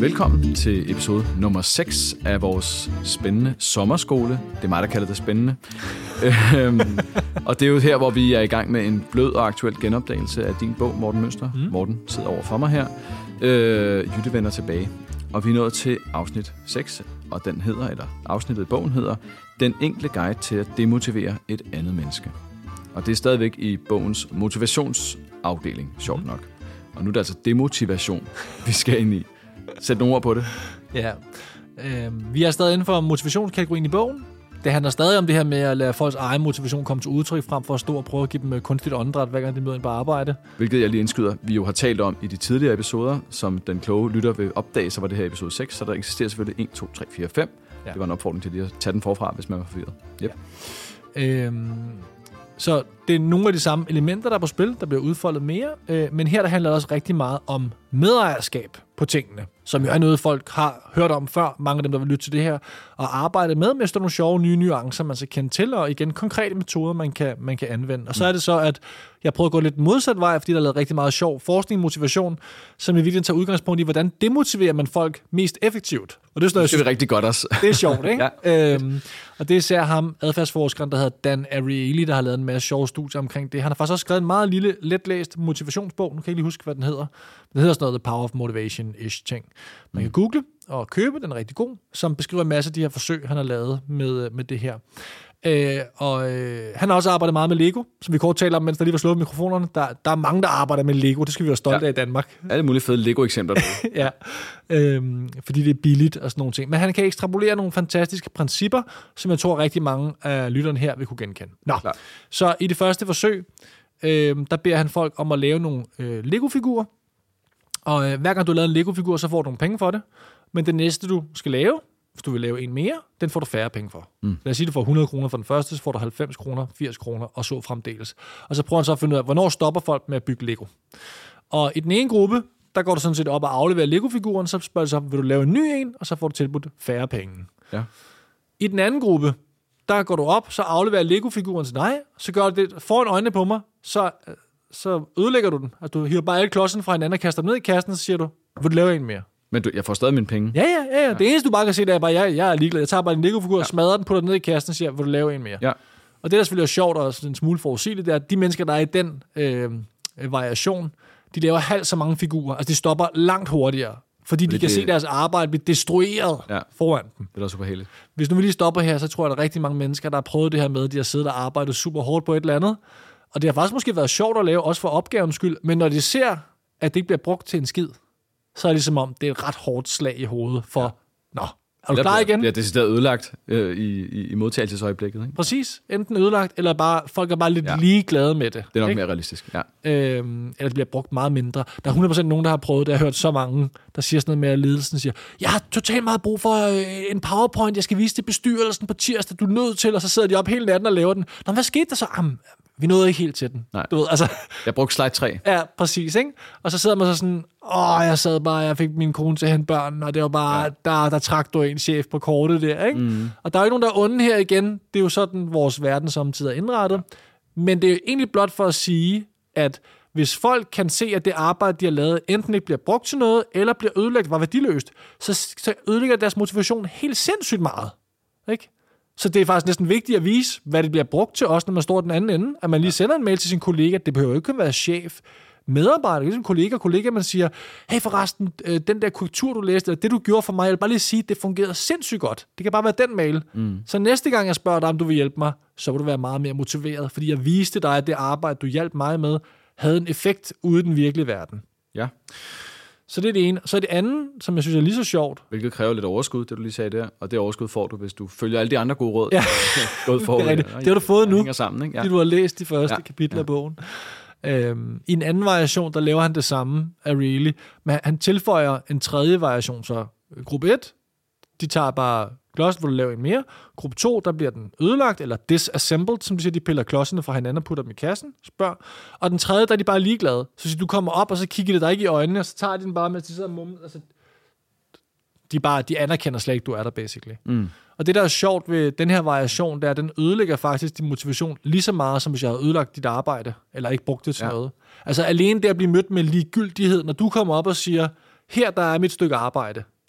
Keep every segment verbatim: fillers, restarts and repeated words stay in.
Velkommen til episode nummer seks af vores spændende sommerskole. Det er mig, der kalder det spændende. Og det er jo her, hvor vi er i gang med en blød og aktuel genopdagelse af din bog, Morten Mønster. Mm. Morten sidder over for mig her. Øh, Jytte vender tilbage. Og vi er nået til afsnit seks, og den hedder, eller afsnittet i bogen hedder, Den enkle guide til at demotivere et andet menneske. Og det er stadigvæk i bogens motivationsafdeling, sjovt nok. Og nu er det altså demotivation, vi skal ind i. Sæt nogle ord på det. Ja, øh, vi er stadig inden for motivationskategorien i bogen. Det handler stadig om det her med at lade folks egen motivation komme til udtryk, frem for at stå og prøve at give dem kunstigt åndedræt, hver gang de møder ind på arbejde. Hvilket jeg lige indskyder, vi jo har talt om i de tidligere episoder, som den kloge lytter vil opdage, så var det her episode seks, så der eksisterer selvfølgelig et, to, tre, fire, fem. Ja. Det var en opfordring til lige at tage den forfra, hvis man var forvirret. Yep. Ja. Øhm, så det er nogle af de samme elementer, der er på spil, der bliver udfoldet mere, øh, men her der handler det også rigtig meget om medejerskab på tingene, som jo er noget, folk har hørt om før, mange af dem, der vil lytte til det her, og arbejde med, med sådan nogle sjove nye nuancer, man skal kende til, og igen konkrete metoder, man kan, man kan anvende. Og så er det så, at jeg prøver at gå lidt modsat vej, fordi der er lavet rigtig meget sjov forskning og motivation, som i virkeligheden tager udgangspunkt i, hvordan demotiverer man folk mest effektivt. Og det er sådan, det synes, er rigtig godt også. Det er sjovt, ikke? Ja. øhm, og det er især ham, adfærdsforskeren, der hedder Dan Ariely, der har lavet en masse sjove studier omkring det. Han har faktisk også skrevet en meget lille, letlæst motivationsbog. Nu kan jeg ikke lige huske, hvad den hedder. Den hedder sådan noget The Power of Motivation-ish ting. Man kan google og købe, den er rigtig god, som beskriver en masse af de her forsøg, han har lavet med, med det her. Øh, og øh, han har også arbejdet meget med Lego, som vi kort taler om, mens der lige var slået mikrofonerne. Der, der er mange, der arbejder med Lego, det skal vi være stolte ja. af i Danmark. Alle mulige fede Lego-eksempler. ja, øh, fordi det er billigt og sådan nogle ting. Men han kan ekstrapolere nogle fantastiske principper, som jeg tror rigtig mange af lytterne her vil kunne genkende. Nå, Klar. Så i det første forsøg, øh, der beder han folk om at lave nogle øh, Lego-figurer. Og øh, hver gang du laver en Lego-figur, så får du nogle penge for det. Men det næste, du skal lave, hvis du vil lave en mere, den får du færre penge for. Mm. Lad os sige, du får hundrede kroner for den første, så får du halvfems kroner, firs kroner, og så fremdeles. Og så prøver han så at finde ud af, hvornår stopper folk med at bygge Lego. Og i den ene gruppe, der går du sådan set op og afleverer Lego-figuren, så spørger du så, vil du lave en ny en, og så får du tilbudt færre penge. Ja. I den anden gruppe, der går du op, så afleverer Lego-figuren til dig, så gør du det foran øjnene på mig, så, så ødelægger du den. Altså, du hiver bare alle klodsen fra hinanden og kaster dem ned i kassen, og så siger du, vil du lave en mere? Men du, jeg får stadig mine penge. Ja, ja, ja, ja. Det eneste, du bare kan se, det er bare, jeg, jeg er ligeglad. Jeg tager bare en Lego-figur, ja. smadrer den, putter den ned i kassen og siger, vil du lave en mere? Ja. Og det, der selvfølgelig er sjovt og en smule forudsigeligt, det er, at de mennesker, der er i den øh, variation, de laver halvt så mange figurer. Altså, de stopper langt hurtigere, fordi de det, kan det... se deres arbejde blive destrueret ja. foran dem. Det er da super heldigt. Hvis nu vi lige stopper her, så tror jeg, at der er rigtig mange mennesker, der har prøvet det her med, de har siddet og arbejdet super hårdt på et eller andet. Og det har faktisk måske været sjovt at lave, også for opgavens skyld, men når de ser, at det ikke bliver brugt til en skid, så er det som om, det er et ret hårdt slag i hovedet for, ja. nå, er du klar igen? Ja, det er decideret ødelagt øh, i, i, i modtagelsesøjeblikket. Ikke? Præcis. Enten ødelagt, eller bare folk er bare lidt ja. ligeglade med det. Det er nok ikke? mere realistisk, ja. Øhm, eller det bliver brugt meget mindre. Der er hundrede procent nogen, der har prøvet det. Jeg har hørt så mange, der siger sådan noget med, at ledelsen siger, jeg har totalt meget brug for øh, en PowerPoint, jeg skal vise til bestyrelsen på tirsdag, du er nødt til, og så sidder de op hele natten og laver den. Nå, hvad skete der så? Jamen, vi nåede ikke helt til den. Nej. Du ved, altså. Jeg brugte slide tre. Ja, præcis, ikke? Og så sidder man så sådan, åh, jeg sad bare, jeg fik min kone til at hente børn, og det var bare, ja. der, der trak du en chef på kortet der, ikke? Mm. Og der er jo ikke nogen, der er onde her igen. Det er jo sådan, vores verden samtidig er indrettet. Men det er jo egentlig blot for at sige, at hvis folk kan se, at det arbejde, de har lavet, enten ikke bliver brugt til noget, eller bliver ødelagt, var værdiløst, så, så ødelægger deres motivation helt sindssygt meget, ikke? Så det er faktisk næsten vigtigt at vise, hvad det bliver brugt til, også når man står i den anden ende. At man lige sender en mail til sin kollega. Det behøver jo ikke kun være chef, medarbejder, ligesom kollega, kollega, man siger, hey forresten, den der kultur, du læste, det du gjorde for mig, jeg vil bare lige sige, det fungerede sindssygt godt. Det kan bare være den mail. Mm. Så næste gang jeg spørger dig, om du vil hjælpe mig, så vil du være meget mere motiveret, fordi jeg viste dig, at det arbejde, du hjalp mig med, havde en effekt ude i den virkelige verden. Ja. Så det er det ene. Så er det andet, som jeg synes er lige så sjovt. Hvilket kræver lidt overskud, det du lige sagde der. Og det overskud får du, hvis du følger alle de andre gode råd. Ja, gået for, det, er det. det har du fået nu, hænger sammen, ikke? Ja. Det du har læst de første ja. kapitel ja. af bogen. Øhm, I en anden variation, der laver han det samme af Ariely, men han tilføjer en tredje variation. Så gruppe et, de tager bare klodsen, hvor du laver en mere. Gruppe to, der bliver den ødelagt, eller disassembled, som de siger, de piller klodserne fra hinanden og putter dem i kassen, spørg. Og den tredje, der er de bare ligeglade. Så hvis du kommer op, og så kigger det dig ikke i øjnene, og så tager de den bare, mens de sidder og mumler. Altså, de, bare, de anerkender slet ikke, du er der, basically. Mm. Og det, der er sjovt ved den her variation, det er, at den ødelægger faktisk din motivation lige så meget, som hvis jeg havde ødelagt dit arbejde, eller ikke brugt det til ja. noget. Altså alene det at blive mødt med ligegyldighed, når du kommer op og siger, her der er mit stykke arbejde,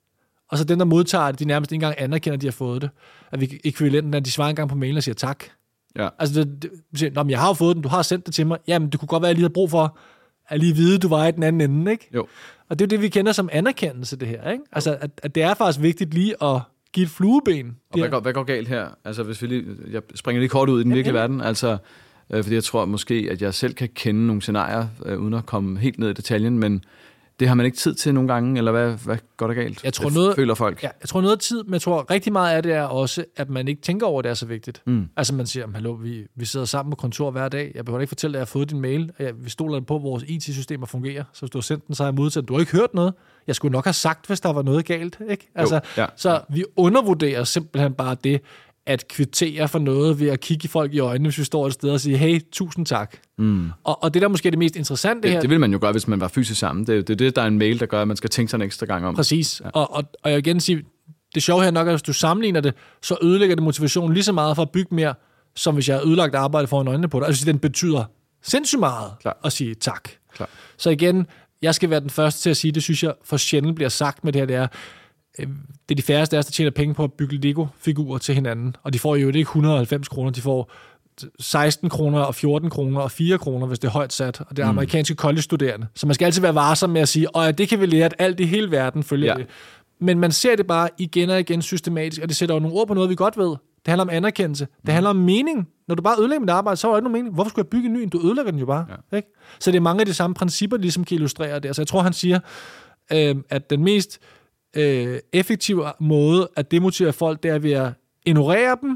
og så dem, der modtager det, de nærmest ikke engang anerkender, at de har fået det. At vi ekvivalenten, at de svarer engang på mailen og siger tak. Ja. Altså, det, det, siger, nå, men jeg har jo fået den, du har sendt det til mig. Jamen, det kunne godt være, at jeg lige havde brug for at lige vide, du var i den anden ende, ikke? Jo. Og det er jo det, vi kender som anerkendelse, det her, ikke? Altså, at, at det er faktisk vigtigt lige at give et flueben. Og hvad går, hvad går galt her? Altså, hvis vi lige, jeg springer lige kort ud i den virkelige ja, verden, altså, øh, fordi jeg tror måske, at jeg selv kan kende nogle scenarier, øh, uden at komme helt ned i detaljen, men det har man ikke tid til nogle gange, eller hvad, hvad går der galt? Jeg tror noget, føler folk. Ja, jeg tror noget tid, men jeg tror rigtig meget af det er også, at man ikke tænker over, at det er så vigtigt. Mm. Altså man siger, hallo, vi, vi sidder sammen på kontor hver dag, jeg behøver ikke fortælle dig, at jeg har fået din mail, jeg, vi stoler på, at vores I T-systemer fungerer, så hvis du har sendt den, så har jeg modtaget. Du har ikke hørt noget. Jeg skulle nok have sagt, hvis der var noget galt, ikke? Altså, jo, ja. Så vi undervurderer simpelthen bare det, at kvittere for noget ved at kigge folk i øjnene, hvis vi står et sted og sige, hey, tusind tak. Mm. Og, og det der måske er det mest interessante det, her... Det vil man jo gøre, hvis man var fysisk sammen. Det er det, det, der er en mail, der gør, at man skal tænke sig en ekstra gang om. Præcis. Ja. Og, og, og jeg vil igen sige, det sjove her nok, at hvis du sammenligner det, så ødelægger det motivationen lige så meget for at bygge mere, som hvis jeg har ødelagt arbejde foran øjnene på dig. Altså den betyder sindssygt meget Klar. at sige tak. Klar. Så igen, jeg skal være den første til at sige, det synes jeg for sjældent bliver sagt med det her, det er, det er de færreste af os, der tjener penge på at bygge Lego-figurer til hinanden, og de får jo ikke et hundrede og halvfems kroner, de får seksten kroner og fjorten kroner og fire kroner, hvis det er højt sat, og det er mm. amerikanske college-studerende. Så man skal altid være varsom med at sige, og det kan vi lære, at alt i hele verden følger ja. det. Men man ser det bare igen og igen systematisk, og det sætter jo nogle ord på noget, vi godt ved. Det handler om anerkendelse. Det handler om mening. Når du bare ødelægger mit arbejde, så er der ikke nogen mening. Hvorfor skulle jeg bygge en ny? Du ødelægger den jo bare. Ja. Ikke? Så det er mange af de samme principper, ligesom kan illustrere det. Så jeg tror, han siger, øh, at den mest øh, effektive måde at demotivere folk, det er ved at ignorere dem,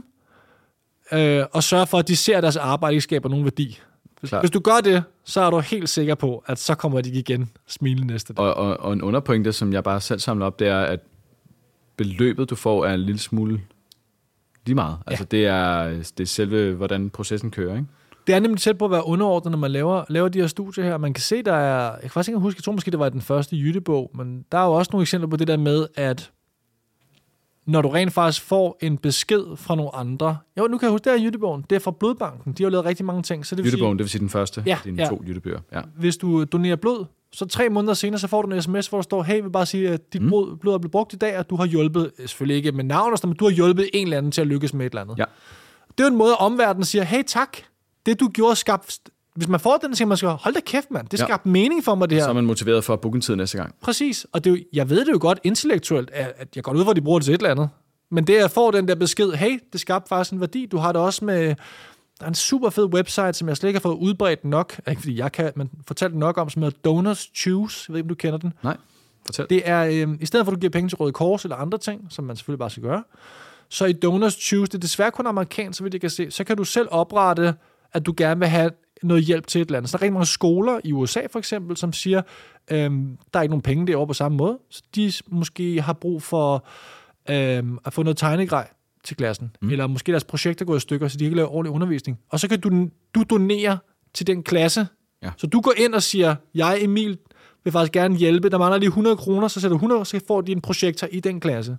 øh, og sørge for, at de ser, at deres arbejde ikke skaber nogen værdi. Hvis, hvis du gør det, så er du helt sikker på, at så kommer de igen smilende næste dag. Og, og, og en underpointe, som jeg bare selv samler op, det er, at beløbet, du får, er en lille smule lige meget. Ja. Altså det er, det er selve, hvordan processen kører, ikke? Det er nemlig tæt på at være underordnet, når man laver, laver de her studier her. Man kan se, der er... Jeg kan faktisk ikke huske, jeg tror måske, det var den første Jytte-bog, men der er jo også nogle eksempler på det der med, at når du rent faktisk får en besked fra nogle andre... Jo, nu kan jeg huske, det er Jytte-bogen. Det er fra Blodbanken. De har jo lavet rigtig mange ting. Så det Jytte-bogen, det vil sige den første. Ja, dine ja. to Jytte-bøger. Ja. Hvis du donerer blod, så tre måneder senere, så får du en sms, hvor der står, hey, vi vil bare sige, at dit mm. blod, blod er blevet brugt i dag, og du har hjulpet, selvfølgelig ikke med navn, men du har hjulpet en eller anden til at lykkes med et eller andet. Ja. Det er jo en måde, at omverdenen siger, hey, tak. Det, du gjorde, skabte... Hvis man får den, så siger man, skal hold da kæft, mand. Det skabte ja. mening for mig, det her. Så er man motiveret for at booke en tid næste gang. Præcis. Og det er jo, jeg ved det jo godt intellektuelt, at jeg går ud, hvor de bruger det til et eller andet. Men det, at få den der besked, hey, det skabte faktisk en værdi. Du har det også med... Der er en super fed website, som jeg slet ikke har fået udbredt nok. Ikke fordi jeg kan, men fortælle nok om, som hedder Donors Choose. Jeg ved ikke, om du kender den. Nej, fortæl. Det er, øh, i stedet for, at du giver penge til Røde Kors eller andre ting, som man selvfølgelig bare skal gøre, så i Donors Choose, det er desværre kun amerikansk, så vidt jeg kan se, så kan du selv oprette, at du gerne vil have noget hjælp til et eller andet. Så der er rigtig mange skoler i U S A for eksempel, som siger, øhm, der er ikke nogen penge derovre på samme måde, så de måske har brug for øhm, at få noget tegnegrej til klassen, mm. eller måske deres projekt er gået i stykker, så de ikke kan lave ordentlig undervisning. Og så kan du, du donere til den klasse. Ja. Så du går ind og siger, jeg Emil vil faktisk gerne hjælpe, der mangler lige hundrede kroner, så sætter du hundrede, så får de en projektor i den klasse.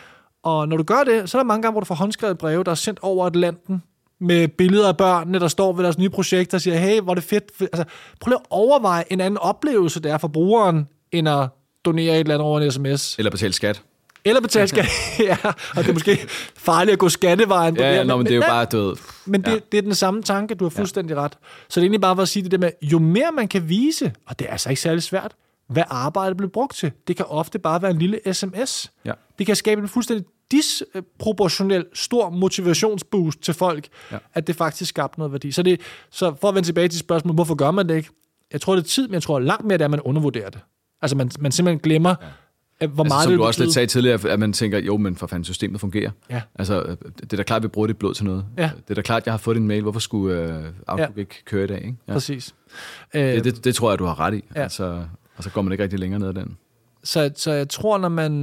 Og når du gør det, så er der mange gange, hvor du får håndskrevet breve, der er sendt over Atlanten, med billeder af børnene, der står ved deres nye projekter og siger, hey, hvor er det fedt. Altså, prøv lige at overveje en anden oplevelse, der er for brugeren, end at donere et eller andet over en sms. Eller betale skat. Eller betale skat, ja. Og det er måske farligt at gå skattevejen. På ja, det ja, nå, men, men det er jo ja, bare død. Men det, ja. det er den samme tanke, du har fuldstændig ja. ret. Så det er egentlig bare for at sige det der med, jo mere man kan vise, og det er altså ikke særlig svært, hvad arbejdet bliver brugt til. Det kan ofte bare være en lille sms. Ja. Det kan skabe en fuldstændig disproportionel stor motivationsboost til folk, ja. at det faktisk skabte noget værdi. Så, det, så for at vende tilbage til spørgsmålet, hvorfor gør man det ikke? Jeg tror, det er tid, men jeg tror langt mere, det er, at man undervurderer det. Altså, man, man simpelthen glemmer, ja. hvor meget altså, som det du også lidt sagde tidligere, at man tænker, jo, men for fanden, systemet fungerer. Ja. Altså, det er da klart, at vi bruger dit blod til noget. Ja. Det er da klart, at jeg har fået din mail. Hvorfor skulle uh, Outlook ja. ikke køre i dag? Ikke? Ja. Præcis. Det, det, det tror jeg, du har ret i. Ja. Altså, og så går man ikke rigtig længere ned ad den. Så, så jeg tror, når man...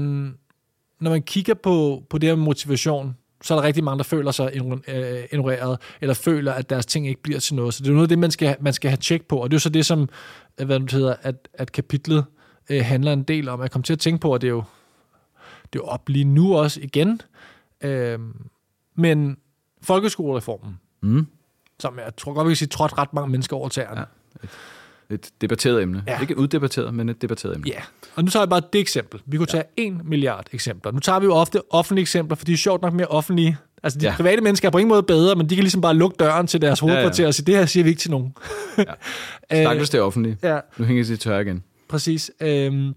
Når man kigger på, på det her med motivation, så er der rigtig mange, der føler sig ignoreret, eller føler, at deres ting ikke bliver til noget. Så det er noget af det, man skal, man skal have tjek på. Og det er jo så det, som hvad det hedder, at, at kapitlet øh, handler en del om. Jeg kom til at tænke på, at det er jo, det er jo op lige nu også igen. Øh, men folkeskolereformen, mm. som jeg tror godt, vi kan sige, trådte ret mange mennesker over tæerne. Ja. Et debatteret emne. Ja. Ikke uddebatteret, men et debatteret emne. Ja, og nu tager vi bare det eksempel. Vi kunne tage ja. en milliard eksempler. Nu tager vi jo ofte offentlige eksempler, for de er sjovt nok mere offentlige. Altså, de ja. private mennesker er på ingen måde bedre, men de kan ligesom bare lukke døren til deres hovedkvarter ja, ja. og sige, det her siger vi ikke til nogen. ja. Stakkels det offentlige. Ja. Nu hænger de tør igen. Præcis. Øhm,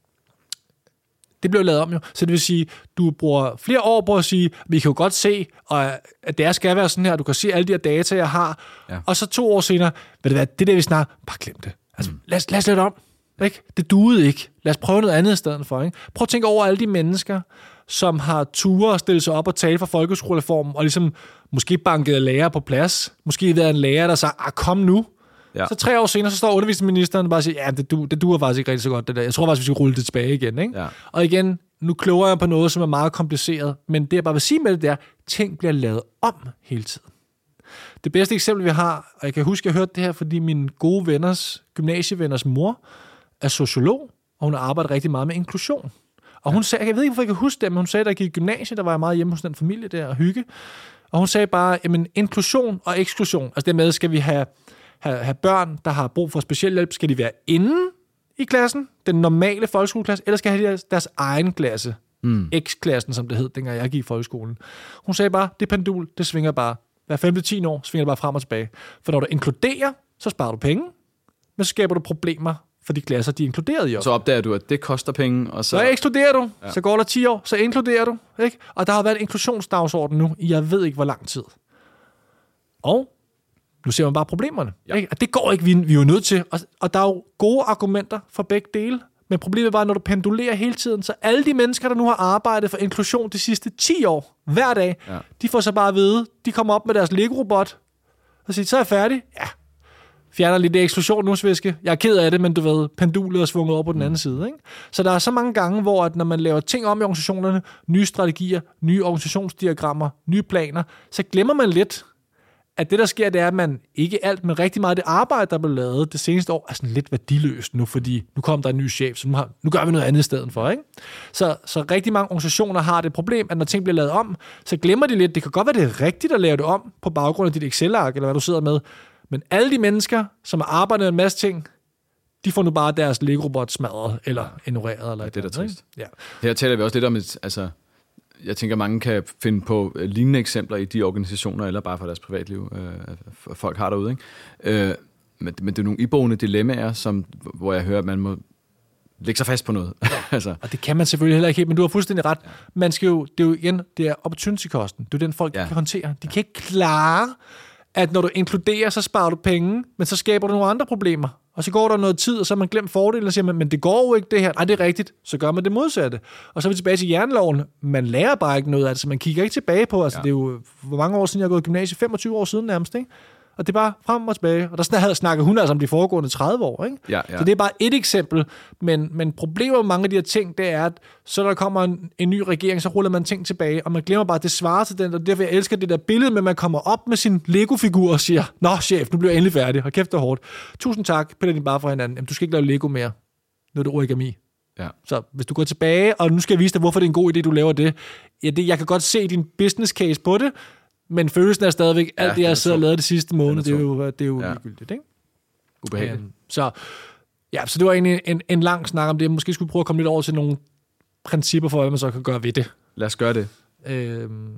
det blev lavet om jo. Så det vil sige, du bruger flere år på at sige, vi kan jo godt se, at det skal være sådan her, du kan se alle de her data, jeg har, ja. og så to år senere, ved det hvad, det der vi snakker, bare glem det. Altså, mm. lad, lad os lade det om. Ikke? Det duede ikke. Lad os prøve noget andet i stedet for. Ikke? Prøv at tænke over alle de mennesker, som har ture og stillet sig op og tale for folkeskolereformen, og ligesom måske banket lærer på plads. Måske været en lærer, der sagde, ah, kom nu. Ja. Så tre år senere, så står undervisningsministeren og bare siger, ja, det, du, det duer faktisk ikke rigtig så godt, det der. Jeg tror faktisk, vi skal rulle det tilbage igen. Ikke? Ja. Og igen, nu kloger jeg på noget, som er meget kompliceret, men det jeg bare vil sige med det, det er, ting bliver lavet om hele tiden. Det bedste eksempel, vi har, og jeg kan huske, jeg hørte det her, fordi min gode venners, gymnasievenners mor er sociolog, og hun har arbejdet rigtig meget med inklusion. Og hun sagde, jeg ved ikke, hvorfor jeg kan huske det, men hun sagde, da jeg gik i gymnasiet, der var jeg meget hjemme hos den familie der og hygge. Og hun sagde bare, jamen inklusion og eksklusion, altså det med, skal vi have, have, have børn, der har brug for speciel hjælp, skal de være inde i klassen, den normale folkeskoleklasse, eller skal de have deres, deres egen klasse, mm. X-klassen, som det hed, dengang jeg gik i folkeskolen. Hun sagde bare, det pendul, det svinger bare. Hver femte ti år svinger det bare frem og tilbage. For når du inkluderer, så sparer du penge, men så skaber du problemer for de klasser, de er inkluderet i. Så opdager du, at det koster penge, og så... Så ekskluderer du, ja. Så går der ti år, så inkluderer du, ikke? Og der har været en inklusionsdagsorden nu, i jeg ved ikke, hvor lang tid. Og nu ser man bare problemerne. Ja. Ikke? Og det går ikke, vi, vi er jo nødt til. Og, og der er jo gode argumenter for begge dele. Men problemet er bare, når du pendulerer hele tiden, så alle de mennesker, der nu har arbejdet for inklusion de sidste ti år, hver dag, ja. De får så bare at vide, de kommer op med deres Lego-robot, og siger, så er jeg færdig. Ja, fjerner lidt eksklusion nu, Sviske. Jeg er ked af det, men du ved, pendulet er svunget over på den anden side. Ikke? Så der er så mange gange, hvor at når man laver ting om i organisationerne, nye strategier, nye organisationsdiagrammer, nye planer, så glemmer man lidt, at det, der sker, det er, at man ikke alt, men rigtig meget af det arbejde, der blev lavet det seneste år, er sådan lidt værdiløst nu, fordi nu kom der en ny chef, så nu, har, nu gør vi noget andet i stedet for. Ikke? Så, så rigtig mange organisationer har det problem, at når ting bliver lavet om, så glemmer de lidt, det kan godt være, det er rigtigt at lave det om på baggrund af dit Excel-ark, eller hvad du sidder med, men alle de mennesker, som har arbejdet med en masse ting, de får nu bare deres Lego-robot smadret, eller ignoreret. Eller ja, det er da trist. Ja. Her taler vi også lidt om, et, altså, jeg tænker, mange kan finde på lignende eksempler i de organisationer, eller bare for deres privatliv, øh, folk har derude. Ikke? Øh, men, men det er nogle iboende dilemmaer, som, hvor jeg hører, at man må lægge sig fast på noget. altså. Og det kan man selvfølgelig heller ikke helt, men du har fuldstændig ret. Man skal jo, det er jo igen, det er opportunity-kosten. Det er den, folk ja. Kan håndtere. De kan ikke klare, at når du inkluderer, så sparer du penge, men så skaber du nogle andre problemer. Og så går der noget tid, og så har man glemt fordelen, og siger man, men det går jo ikke det her. Nej, det er rigtigt. Så gør man det modsatte. Og så er vi tilbage til jernloven. Man lærer bare ikke noget af det, så man kigger ikke tilbage på. Altså, ja. Det er jo, hvor mange år siden jeg har gået i gymnasiet? femogtyve år siden nærmest, ikke? Og det er bare frem og tilbage. Og der havde snakket hun altså om de foregående tredive år, ikke? Ja, ja. Så det er bare et eksempel. Men, men problemet med mange af de her ting, det er, at så når der kommer en, en ny regering, så ruller man ting tilbage, og man glemmer bare, at det svarer til den. Og derfor jeg elsker det der billede med, at man kommer op med sin Lego-figur og siger, nå chef, nu bliver jeg endelig færdig. Hold kæft, det er hårdt. Tusind tak, piller din bare for hinanden. Jamen, du skal ikke lave Lego mere. Nu er det origami. Ja. Så hvis du går tilbage, og nu skal jeg vise dig, hvorfor det er en god idé, du laver det. Ja, det jeg kan godt se din business case på det, men følelsen er stadigvæk, alt ja, det, jeg sidder og lavet det sidste måned, det er jo, det er jo ja. Ligegyldigt, ikke? Ubehageligt. Um, så, ja, så det var egentlig en, en lang snak om det. Måske skulle vi prøve at komme lidt over til nogle principper for, hvad man så kan gøre ved det. Lad os gøre det. Um,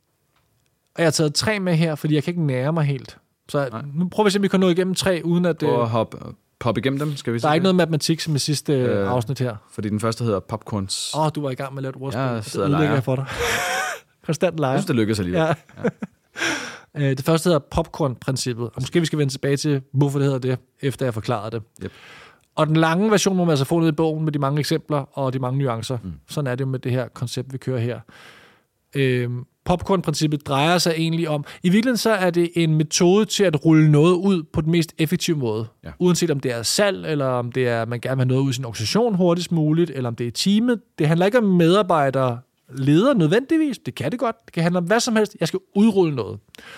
og jeg har taget tre med her, fordi jeg kan ikke nære mig helt. Så Nej. Nu prøver vi at se, om vi kan nå igennem tre, uden at... Prøv at hoppe, poppe igennem dem, skal vi se. Der er ikke noget matematik som i sidste øh, afsnit her. Fordi den første hedder popcorns. Åh, oh, du var i gang med at lave et ordspil. Jeg sidder og leger. For dig. Konstant leger. Jeg synes, det lykkedes alligevel. Ja. Ja. Det første hedder popcorn-princippet, og måske vi skal vende tilbage til, hvorfor det hedder det, efter jeg forklarede det. Yep. Og den lange version må man altså få ned i bogen med de mange eksempler og de mange nuancer. Mm. Sådan er det jo med det her koncept, vi kører her. Øhm, popcorn-princippet drejer sig egentlig om, i virkeligheden så er det en metode til at rulle noget ud på den mest effektive måde. Ja. Uanset om det er salg, eller om det er, man gerne vil have noget ud i sin organisation hurtigst muligt, eller om det er teamet. Det handler ikke om medarbejdere, leder nødvendigvis. Det kan det godt. Det kan handle om hvad som helst. Jeg skal udrulle noget.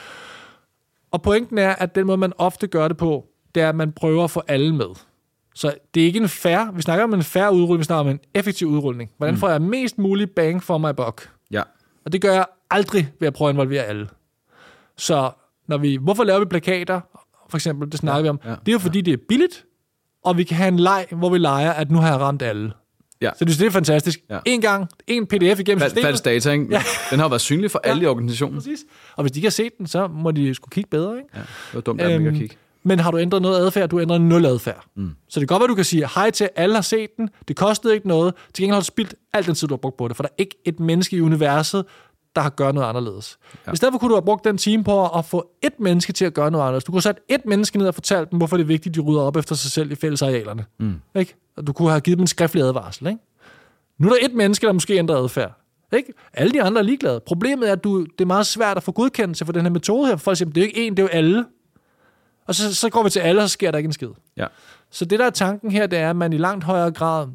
Og pointen er, at den måde, man ofte gør det på, det er, at man prøver at få alle med. Så det er ikke en fair, vi snakker om en fair udrulning, vi snakker om en effektiv udrulning. Hvordan mm. får jeg mest mulig bang for my buck? Ja. Og det gør jeg aldrig ved at prøve at involvere alle. Så når vi, hvorfor laver vi plakater, for eksempel, det snakker ja, vi om, ja, det er jo fordi, ja. Det er billigt, og vi kan have en leg, hvor vi leger, at nu har jeg ramt alle. Ja. Så det er fantastisk. Ja. En gang, en pdf igennem Fal- systemet. Falsk data, ikke? Ja. Den har jo været synlig for ja. alle i organisationen. Præcis. Og hvis de ikke har set den, så må de sgu kigge bedre, ikke? Ja, det var dumt, at øhm, ikke at kigge. Men har du ændret noget adfærd, du ændrer nul adfærd. Mm. Så det kan godt være, du kan sige hej til, alle har set den, det kostede ikke noget, til gengæld har du spildt al den tid, du har brugt på det, for der er ikke et menneske i universet, der har gjort noget anderledes. Ja. I stedet for kunne du have brugt den time på at få et menneske til at gøre noget anderledes. Du kunne have sat et menneske ned og fortalt dem, hvorfor det er vigtigt, at de rydder op efter sig selv i fællesarealerne. Mm. Ikke? Og du kunne have givet dem en skriftlig advarsel. Ikke? Nu er der et menneske, der måske ændrer adfærd. Ikke? Alle de andre er ligeglade. Problemet er, at du, det er meget svært at få godkendelse for den her metode her. For eksempel, det er jo ikke en, det er jo alle. Og så, så går vi til alle, og så sker der ikke en skid. Ja. Så det, der er tanken her, det er, at man i langt højere grad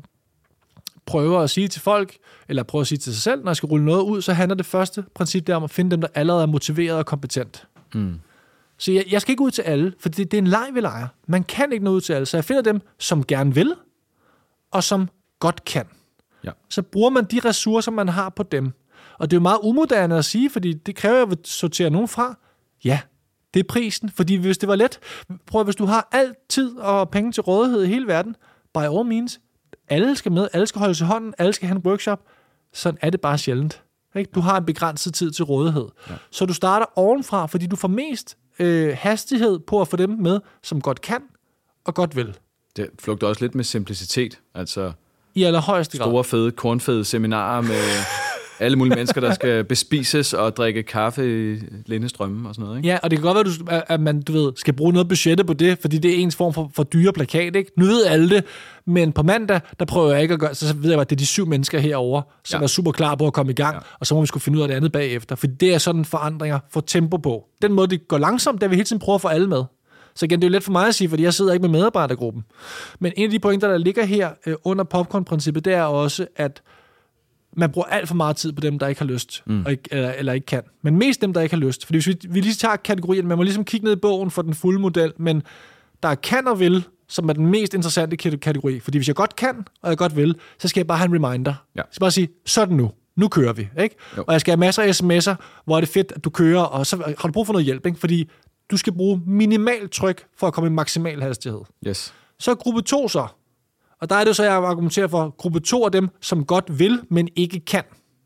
prøver at sige til folk, eller prøver at sige til sig selv, når jeg skal rulle noget ud, så handler det første princip der om at finde dem, der allerede er motiveret og kompetent. Mm. Så jeg, jeg skal ikke ud til alle, for det, det er en leg, vi leger. Man kan ikke nå ud til alle, så jeg finder dem, som gerne vil, og som godt kan. Ja. Så bruger man de ressourcer, man har på dem. Og det er jo meget umoderne at sige, fordi det kræver, at jeg sortere nogen fra. Ja, det er prisen, fordi hvis det var let, prøv at, hvis du har al tid og penge til rådighed i hele verden, by all means, alle skal med, alle skal holde sig i hånden, alle skal have en workshop, sådan er det bare sjældent. Ikke? Du har en begrænset tid til rådighed. Ja. Så du starter ovenfra, fordi du får mest øh, hastighed på at få dem med, som godt kan og godt vil. Det flugter også lidt med simplicitet, altså i allerhøjeste grad. Store, fede, kornfede seminarer med alle mulige mennesker, der skal bespises og drikke kaffe i Lindestrømme og sådan noget, ikke? Ja, og det kan godt være, at, du, at man du ved, skal bruge noget budgettet på det, fordi det er ens form for, for dyre plakat, ikke? Nu ved alle det, men på mandag, der prøver jeg ikke at gøre, så ved jeg, at det er de syv mennesker herovre, som ja. er super klar på at komme i gang, ja. og så må vi skulle finde ud af det andet bagefter, for det er sådan forandringer, få tempo på. Den måde, det går langsomt, der vil hele tiden prøve at få alle med. Så igen, det er jo let for mig at sige, fordi jeg sidder ikke med medarbejdergruppen. Men en af de pointer, der ligger her øh, under popcorn-princippet, det er også, at man bruger alt for meget tid på dem, der ikke har lyst, mm. og ikke, eller, eller ikke kan. Men mest dem, der ikke har lyst. Fordi hvis vi, vi lige tager kategorien, man må ligesom kigge ned i bogen for den fulde model, men der er kan og vil, som er den mest interessante kategori. Fordi hvis jeg godt kan, og jeg godt vil, så skal jeg bare have en reminder. Ja. Jeg skal bare sige, sådan nu. Nu kører vi. Ikke? Og jeg skal have masser af sms'er, hvor er det fedt, at du kører, og så har du brug for noget hjælp. Ikke? Fordi du skal bruge minimal tryk for at komme i maksimal hastighed. Yes. Så gruppe to så. Og der er det så, jeg argumenterer for, gruppe to af dem, som godt vil, men ikke kan.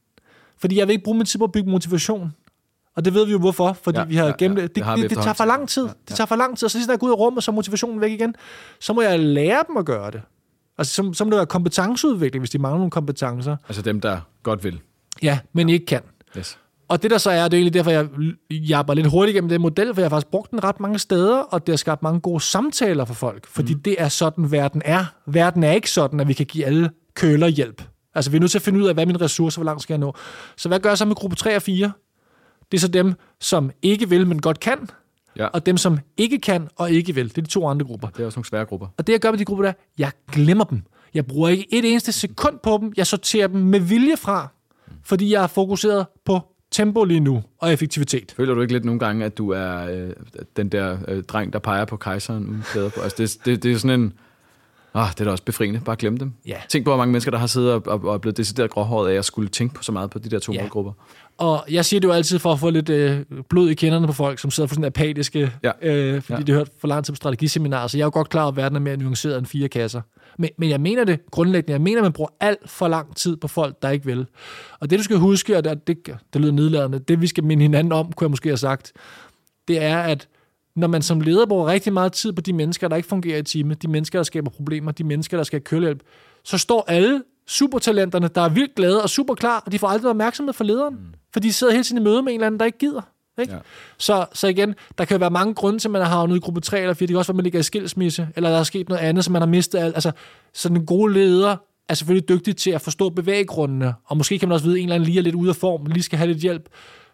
Fordi jeg vil ikke bruge min tid på at bygge motivation. Og det ved vi jo hvorfor, fordi ja, vi har ja, gemt ja, det. Det, det, det, det tager for lang tid. Ja, ja. Det tager for lang tid, og så lige når jeg går ud af rummet, så er motivationen væk igen. Så må jeg lære dem at gøre det. Altså, så, så må det være kompetenceudvikling, hvis de mangler nogle kompetencer. Altså dem, der godt vil. Ja, men ikke kan. Yes. Og det der så er, det er egentlig derfor, jeg jabber lidt hurtigt gennem den model, for jeg har faktisk brugt den ret mange steder, og det har skabt mange gode samtaler for folk, fordi mm. det er sådan, verden er. Verden er ikke sådan, at vi kan give alle køler hjælp. Altså, vi er nødt til at finde ud af, hvad er mine ressourcer, hvor langt skal jeg nå. Så hvad gør jeg så med gruppe tre og fire? Det er så dem, som ikke vil, men godt kan, ja. og dem, som ikke kan og ikke vil. Det er de to andre grupper. Det er også nogle svære grupper. Og det, jeg gør med de grupper der, jeg glemmer dem. Jeg bruger ikke et eneste sekund på dem. Jeg sorterer dem med vilje fra, fordi jeg er fokuseret på tempo lige nu, og effektivitet. Føler du ikke lidt nogle gange, at du er øh, den der øh, dreng, der peger på kejseren uden klæder på? Altså, det, det, det er sådan en... Ah, det er da også befriende. Bare glem dem. Ja. Tænk på, hvor mange mennesker, der har siddet og, og, og er blevet decideret gråhåret af, at jeg skulle tænke på så meget på de der to ja. grupper. Og jeg siger det jo altid for at få lidt øh, blod i kinderne på folk, som sidder for sådan apatiske, ja. øh, fordi ja. de har hørt for lang tid på strategiseminarer, så jeg er jo godt klar over, at verden er mere nuanceret end fire kasser. Men, men jeg mener det grundlæggende. Jeg mener, at man bruger alt for lang tid på folk, der ikke vil. Og det, du skal huske, og det, det, det lyder nedladende, det vi skal minde hinanden om, kunne jeg måske have sagt, det er, at når man som leder bruger rigtig meget tid på de mennesker, der ikke fungerer i teamet, de mennesker, der skaber problemer, de mennesker, der skal have kørehjælp, så står alle supertalenterne, der er vildt glade og super klar, og de får aldrig noget opmærksomhed fra lederen, mm. for de sidder hele tiden i møde med en eller anden, der ikke gider. Ikke? Ja. Så, så igen, der kan jo være mange grunde til, at man har havnet i gruppe tre eller fire. Det kan også være, at man ligger i skilsmisse, eller der er sket noget andet, som man har mistet alt. Altså, sådan en god leder er selvfølgelig dygtig til at forstå bevæggrundene, og måske kan man også vide, at en eller anden lige er lidt ude af form, lige skal have lidt hjælp.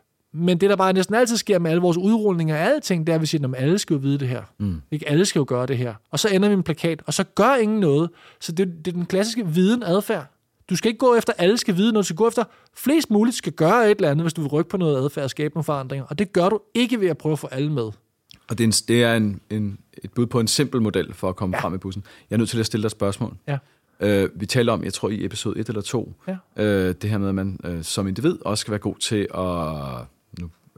Men det, der bare næsten altid sker med alle vores udrulninger af alle ting, det er, at vi siger, at alle skal jo vide det her. Mm. Ikke alle skal jo gøre det her. Og så ender vi med en plakat, og så gør ingen noget. Så det, det er den klassiske viden-adfærd. Du skal ikke gå efter, alle skal vide noget. Du skal gå efter, flest muligt skal gøre et eller andet, hvis du vil rykke på noget adfærd og skabe nogle forandringer. Og det gør du ikke ved at prøve at få alle med. Og det er, en, det er en, en, et bud på en simpel model for at komme ja. frem i bussen. Jeg er nødt til at stille dig et spørgsmål. Ja. Uh, vi taler om, jeg tror i episode et eller to, ja. uh, det her med, at man uh, som individ også skal være god til at... Nu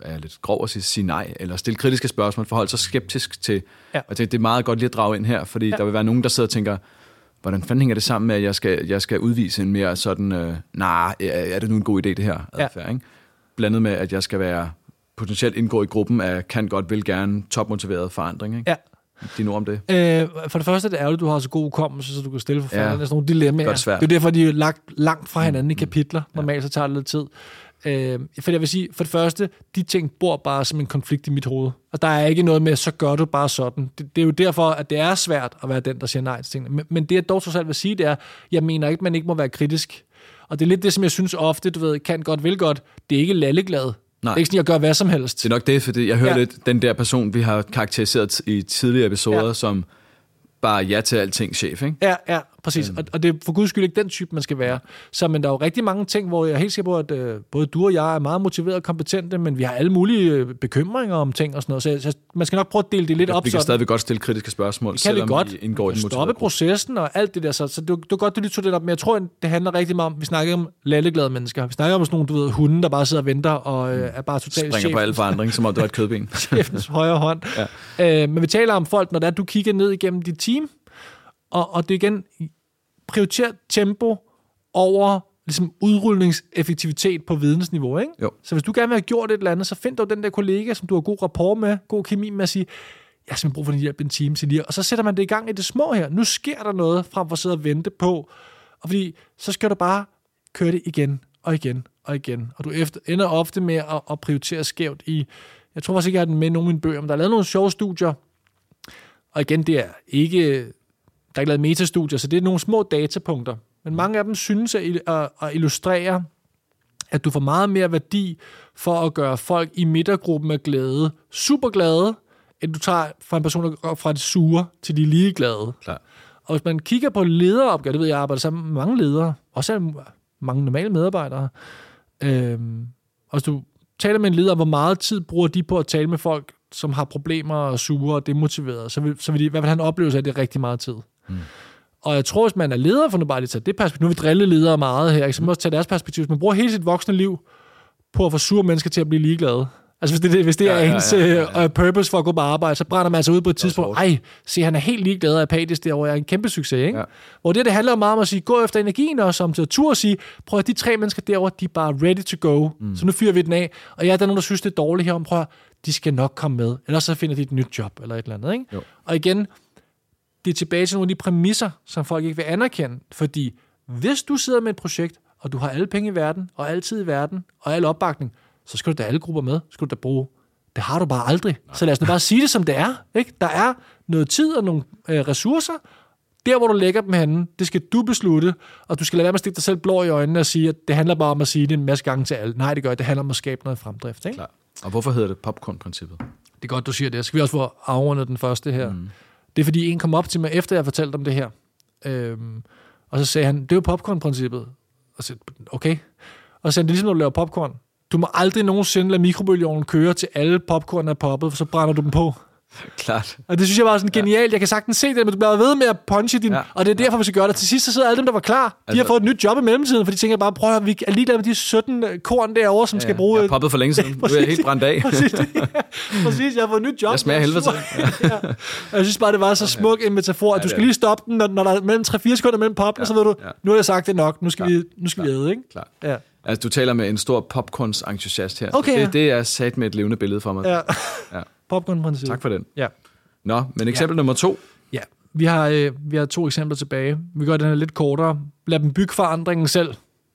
er lidt grov at sige, sige nej, eller stille kritiske spørgsmål, forholde sig skeptisk til, ja. og det, det er meget godt lige at drage ind her, fordi ja. der vil være nogen, der sidder og tænker, hvordan fanden hænger det sammen med, at jeg skal, jeg skal udvise en mere sådan, øh, nej, nah, er det nu en god idé, det her adfærd, ja. ikke? Blandet med, at jeg skal være potentielt indgå i gruppen af kan godt, vil gerne, topmotiveret forandring, ikke? Ja. Dine ord om det? Øh, for det første er det ærgerligt, du har så god hukommelse, så du kan stille for fanden. Ja. Det er sådan nogle dilemmaer. Godt svært. Det er derfor, de er lagt langt fra hinanden mm. i kapitler. Normalt ja. så tager det lidt tid. Øh, for jeg vil sige, for det første, de ting bor bare som en konflikt i mit hoved. Og der er ikke noget med, så gør du bare sådan. Det, det er jo derfor, at det er svært at være den, der siger nej til tingene. Men, men det, jeg dog trods alt vil sige, det er, jeg mener ikke, man ikke må være kritisk. Og det er lidt det, som jeg synes ofte, du ved, kan godt, vil godt. Det er ikke lalleglad. Nej. Det er ikke sådan, jeg gør hvad som helst. Det er nok det, fordi jeg hører ja. lidt den der person, vi har karakteriseret i tidligere episoder, ja. som bare ja til alting chef, ikke? Ja, ja, præcis. Mm. Og, og det er for guds skyld ikke den type, man skal være. Så men der er jo rigtig mange ting, hvor jeg er helt sikker på, at øh, både du og jeg er meget motiverede og kompetente, men vi har alle mulige øh, bekymringer om ting og sådan noget. Så, så man skal nok prøve at dele det lidt ja, op. Vi kan stadigvæk godt stille kritiske spørgsmål, selvom vi, godt. vi indgår i den motiverede stoppe processen og alt det der. Så, så det, det er godt, du lige tog det op. Men jeg tror, det handler rigtig meget om, vi snakker om lalleglade mennesker. Vi snakker om sådan nogle, du ved, hunde, der bare sidder og venter og øh, er bare totalt springer chef. På alle forandring, som om det var et kødben. Chefens højre hånd. Ja. Øh, men vi taler om folk, når det er, du kigger ned igennem dit team, Og, og det er igen, prioriter tempo over ligesom udrulningseffektivitet på vidensniveau, ikke? Jo. Så hvis du gerne vil have gjort et eller andet, så find dog den der kollega, som du har god rapport med, god kemi med at sige, jeg har simpelthen brug for din hjælp i en time til lige. Og så sætter man det i gang i det små her. Nu sker der noget, frem for at sidde og vente på. Og fordi, så skal du bare køre det igen og igen og igen. Og du efter, ender ofte med at, at prioritere skævt i, jeg tror faktisk ikke, jeg har den med i nogen af mine bøger, men der er lavet nogle sjove studier. Og igen, det er ikke... Der er ikke lavet metastudier, så det er nogle små datapunkter. Men mange af dem synes at, at, at illustrere, at du får meget mere værdi for at gøre folk i midtergruppen af glæde super glade, end du tager fra en person, der går fra det sure til de ligeglade. Klar. Og hvis man kigger på lederopgaver, det ved jeg, jeg arbejder sammen med mange ledere, også mange normale medarbejdere, øhm, og hvis du taler med en leder, hvor meget tid bruger de på at tale med folk, som har problemer og sure og demotiverede, så vil, så vil de i hvert fald have en oplevelse af, at det er rigtig meget tid. Mm. Og jeg tror, hvis man er leder, for nu bare lige tage det perspektiv, nu vil vi drille ledere meget her, ikke? Så man må også tage deres perspektiv. Hvis man bruger hele sit voksne liv på at få sure mennesker til at blive ligeglade, altså hvis det, hvis det ja, er ja, ens ja, ja, ja. Uh, purpose for at gå på arbejde, så brænder man altså ud på et tidspunkt, ej, se, han er helt ligeglad og apatisk derovre, jeg er en kæmpe succes, ikke? Ja. Hvor det, det handler meget om at sige, gå efter energien, og som til at tur og sige, prøv at de tre mennesker derovre, de er bare ready to go, mm. så nu fyrer vi den af, og ja, der er nogen, der synes, det er dårligt herom, prøv at, de skal nok komme med, ellers så finder de et nyt job, eller et eller andet, ikke? Jo. Og igen, det er tilbage til nogle af de præmisser, som folk ikke vil anerkende, fordi hvis du sidder med et projekt, og du har alle penge i verden, og altid i verden, og al opbakning, så skal du da alle grupper med, skal du da bruge. Det har du bare aldrig. Nej. Så lad os nu bare sige det, som det er. Ikke? Der er noget tid og nogle øh, ressourcer. Der, hvor du lægger dem henne, det skal du beslutte, og du skal lade være med at stikke dig selv blå i øjnene og sige, at det handler bare om at sige det en masse gange til alle. Nej, det gør det. Det handler om at skabe noget fremdrift. Ikke? Klar. Og hvorfor hedder det popcorn-princippet? Det er godt, du siger det. Skal vi også få afrundet den første her? Mm. Det er, fordi en kom op til mig, efter jeg fortalte om det her. Øhm, og så sagde han, det er jo popcorn-princippet. Og så okay. Og så sagde han, det er ligesom, når du laver popcorn. Du må aldrig nogensinde lade mikrobølgeovnen køre til alle popcorn er poppet, for så brænder du dem på. Klart. Og det synes jeg var sådan genialt. Jeg kan sagtens se det, men du bliver ved med at punche din... Ja. Og det er derfor, vi skal gøre det. Til sidst så sidder alle dem, der var klar. De altså, har fået et nyt job i mellemtiden, for de tænker bare, prøv at vi er lige der med de sytten korn derovre, som ja, skal bruge... Jeg har poppet for længe siden. Nu er jeg helt brændt af. Præcis, ja. Præcis, jeg har fået et nyt job. Jeg smager helvede til. Ja. Jeg synes bare, det var så smuk en metafor, at du skal lige stoppe den, når, når der er mellem tre fire sekunder mellem poppen, ja. Så ved du, nu har jeg sagt det nok. Nu skal Klar. vi nu skal Klar. vi æde, ikke? Klar. Ja. Altså, du taler med en stor popcorns-entusiast her. Okay, det, ja. det er sat med et levende billede for mig. Ja. Ja. Popcorn-princippet. Tak for den. Ja. Nå, men eksempel ja. nummer to. Ja, vi har, øh, vi har to eksempler tilbage. Vi gør den her lidt kortere. Lad dem bygge forandringen selv.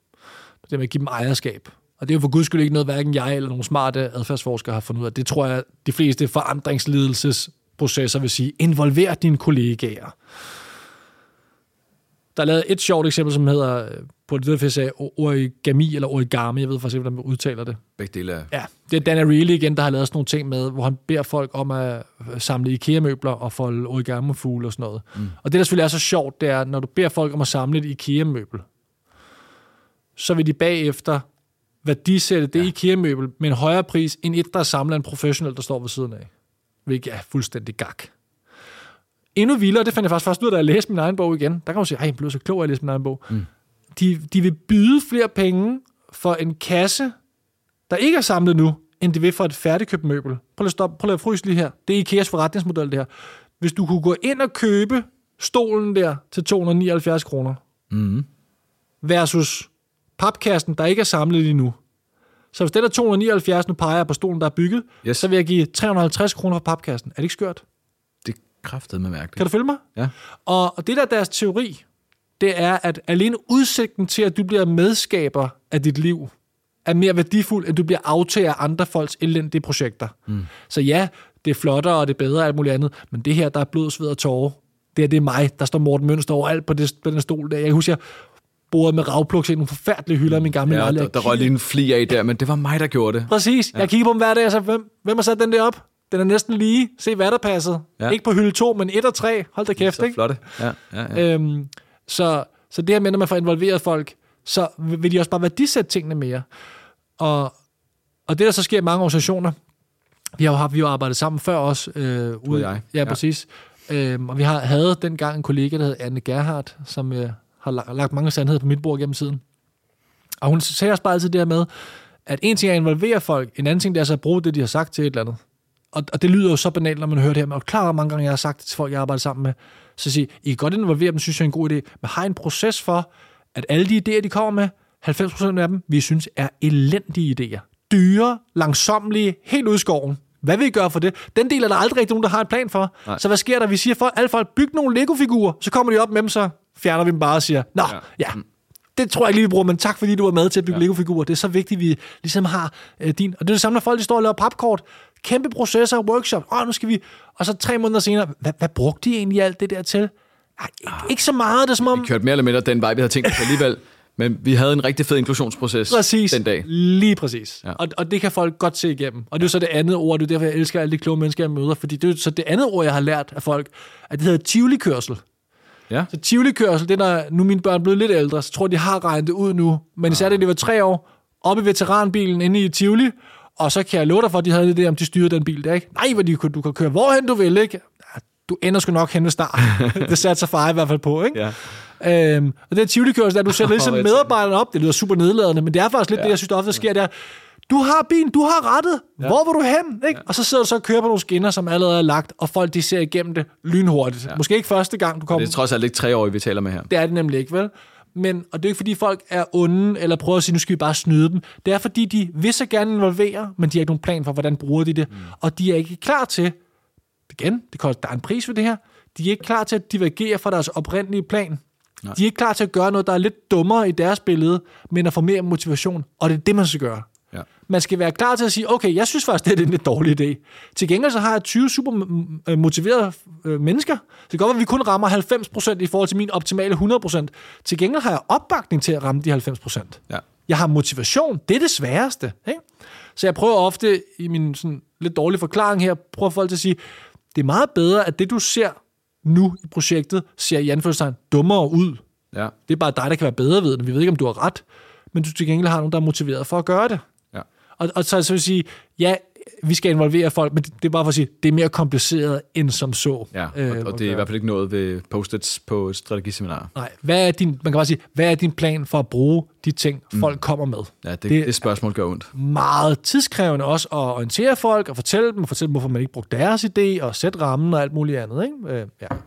Det er med at give dem ejerskab. Og det er jo for guds skyld ikke noget, hverken jeg eller nogle smarte adfærdsforskere har fundet ud af. Det tror jeg, de fleste forandringsledelsesprocesser vil sige. Involver dine kollegaer. Der er lavet et sjovt eksempel, som hedder, på det der sagde, origami eller origami. Jeg ved faktisk ikke, hvordan man udtaler det. Begge dele af. Ja, det er Dan Ariely igen, der har lavet sådan nogle ting med, hvor han beder folk om at samle IKEA-møbler og folde origami-fugle og sådan noget. Mm. Og det, der selvfølgelig er så sjovt, det er, når du beder folk om at samle et IKEA-møbel, så vil de bagefter værdisætte det ja. IKEA-møbel med en højere pris, end et, der er samlet en professionel, der står ved siden af. Hvilket er fuldstændig gak. Endnu vildere, det fandt jeg faktisk først ud af, da jeg læste min egen bog igen. Der kan man sige, ej, jeg blev så klog, at jeg læste min egen bog. Mm. De, de vil byde flere penge for en kasse, der ikke er samlet nu, end det vil for et færdigkøbt møbel. Prøv at stoppe, prøv at fryse lige her. Det er IKEAs forretningsmodel, det her. Hvis du kunne gå ind og købe stolen der til to hundrede og nioghalvfjerds kroner, mm. versus papkassen, der ikke er samlet lige nu. Så hvis den er to hundrede og nioghalvfjerds, nu peger jeg på stolen, der er bygget, yes. så vil jeg give tre hundrede og halvtreds kroner for papkassen. Er det ikke skørt? Det er kraftedeme mærkeligt. Kan du følge mig? Ja. Og, og det der er deres teori, det er, at alene udsigten til, at du bliver medskaber af dit liv, er mere værdifuld, end du bliver aftager af andre folks elendige projekter. Mm. Så ja, det er flottere, og det er bedre og alt muligt andet, men det her, der er blod, sved og tårer, det er, det er mig, der står Morten Mønster overalt på, det, på den stol der. Jeg husker, jeg borede med ravpluks i nogle forfærdelige hylder i min gamle ja, lejlighed. Der, der røg lige en fli af der, men det var mig, der gjorde det. Præcis. Ja. Jeg kiggede på dem hver dag, og så, hvem, hvem har sat den der op? Den er næsten lige. Se, hvad der passede. Ja. Ikke på hylde to, men et og tre. Hold da kæft, så ikke? Flotte. Ja, ja, ja. Øhm, så, så det her med, når man får involveret folk, så vil de også bare værdisætte tingene mere. Og, og det, der så sker i mange organisationer, vi har jo, haft, vi har arbejdet sammen før også. Øh, ude, jeg. Ja, præcis. Øhm, og vi har, havde dengang en kollega, der hed Anne Gerhardt, som øh, har lagt mange sandheder på mit bord gennem tiden. Og hun sagde også bare altid det her med, at en ting er at involvere folk, en anden ting det er så at bruge det, de har sagt til et eller andet. Og, og det lyder jo så banalt, når man hører det her. Men klar, mange gange jeg har sagt det til folk, jeg arbejder sammen med, så siger I kan godt involvere dem, synes jeg er en god idé, men har en proces for, at alle de idéer, de kommer med, halvfems procent af dem, vi synes er elendige idéer. Dyre, langsommelige, helt ud i skoven. Hvad vil I gøre for det? Den del er der aldrig rigtig nogen, der har en plan for. Nej. Så hvad sker der? Vi siger, at alle folk bygger nogle Lego-figurer, så kommer de op med dem, så fjerner vi dem bare og siger, nå, ja, ja det tror jeg ikke lige, vi bruger, men tak fordi du var med til at bygge ja. Lego-figurer. Det er så vigtigt, at vi ligesom har øh, din... Og det er det samme, når folk de står og laver papkort. Kæmpe processer, workshop. Åh, nu skal vi... Og så tre måneder senere, hvad, hvad brugte de egentlig alt det der til? Ej, ikke, ah. ikke så meget, det er som om... Vi kørte mere eller mindre den vej, vi havde tænkt på alligevel. Men vi havde en rigtig fed inklusionsproces præcis. Den dag. Lige præcis. Ja. Og, og det kan folk godt se igennem. Og det er jo så det andet ord, det er derfor, jeg elsker alle de kloge mennesker, jeg møder. Fordi det er jo så det andet ord, jeg har lært af folk, at det hedder Tivoli-kørsel. Ja. Så Tivoli-kørsel, det er, når nu mine børn er blevet lidt ældre, så tror jeg, de har regnet det ud nu. Men især da de var tre år, oppe i veteranbilen inde i Tivoli, og så kan jeg love dig for, at de havde det der, om de styrede den bil der, ikke? Nej, hvor de, du kan køre hvorhen du vil, ikke? Du ender sgu nok hen ved start. Det satte sig far i hvert fald på, ikke? Ja. Øhm, og det er Tivoli-kørsel, at du sætter ligesom medarbejderne op. Det lyder super nedladende, men det er faktisk lidt ja. Det, jeg synes, der ofte sker, der. Du har bilen, du har rettet. Ja. Hvor vil du hen? Ikke? Ja. Og så sidder du så og kører på nogle skinner, som allerede er lagt, og folk de ser igennem det lynhurtigt. Ja. Måske ikke første gang, du kommer. Det er trods alt ikke tre år, vi taler med her. Det er det nemlig ikke, vel? Men, og det er ikke, fordi folk er onde, eller prøver at sige, nu skal vi bare snyde dem. Det er, fordi de vil så gerne involvere, men de har ikke nogen plan for, hvordan bruger de det. Mm. Og de er ikke klar til, igen, det koster, der er en pris for det her, de er ikke klar til at divergere fra deres oprindelige plan. Nej. De er ikke klar til at gøre noget, der er lidt dummere i deres billede, men at få mere motivation. Og det er det, man skal gøre. Ja. Man skal være klar til at sige, okay, jeg synes faktisk, det er en lidt dårlig idé. Til gengæld så har jeg tyve super motiverede mennesker. Det kan godt være, at vi kun rammer halvfems procent i forhold til min optimale hundrede procent. Til gengæld har jeg opbakning til at ramme de halvfems procent. Ja. Jeg har motivation. Det er det sværeste. Ikke? Så jeg prøver ofte i min sådan lidt dårlige forklaring her, prøver folk til at sige, det er meget bedre, at det du ser nu i projektet, ser i anførselstegn dummere ud. Ja. Det er bare dig, der kan være bedre ved det. Vi ved ikke, om du har ret, men du til gengæld har nogen, der er motiveret for at gøre det. Ja. Og, og så, så vil jeg sige, ja, vi skal involvere folk, men det, det er bare for at sige, det er mere kompliceret end som så. Ja, og, øh, og det er i hvert fald ikke noget ved post-its på et strategiseminar. Nej, hvad er din, man kan bare sige, hvad er din plan for at bruge de ting, folk mm. kommer med? Ja, det, det, det spørgsmål gør ondt. Meget tidskrævende også at orientere folk og fortælle dem, og fortælle dem, hvorfor man ikke brugte deres idé, og sætte rammen og alt muligt andet. Ikke? Øh, ja.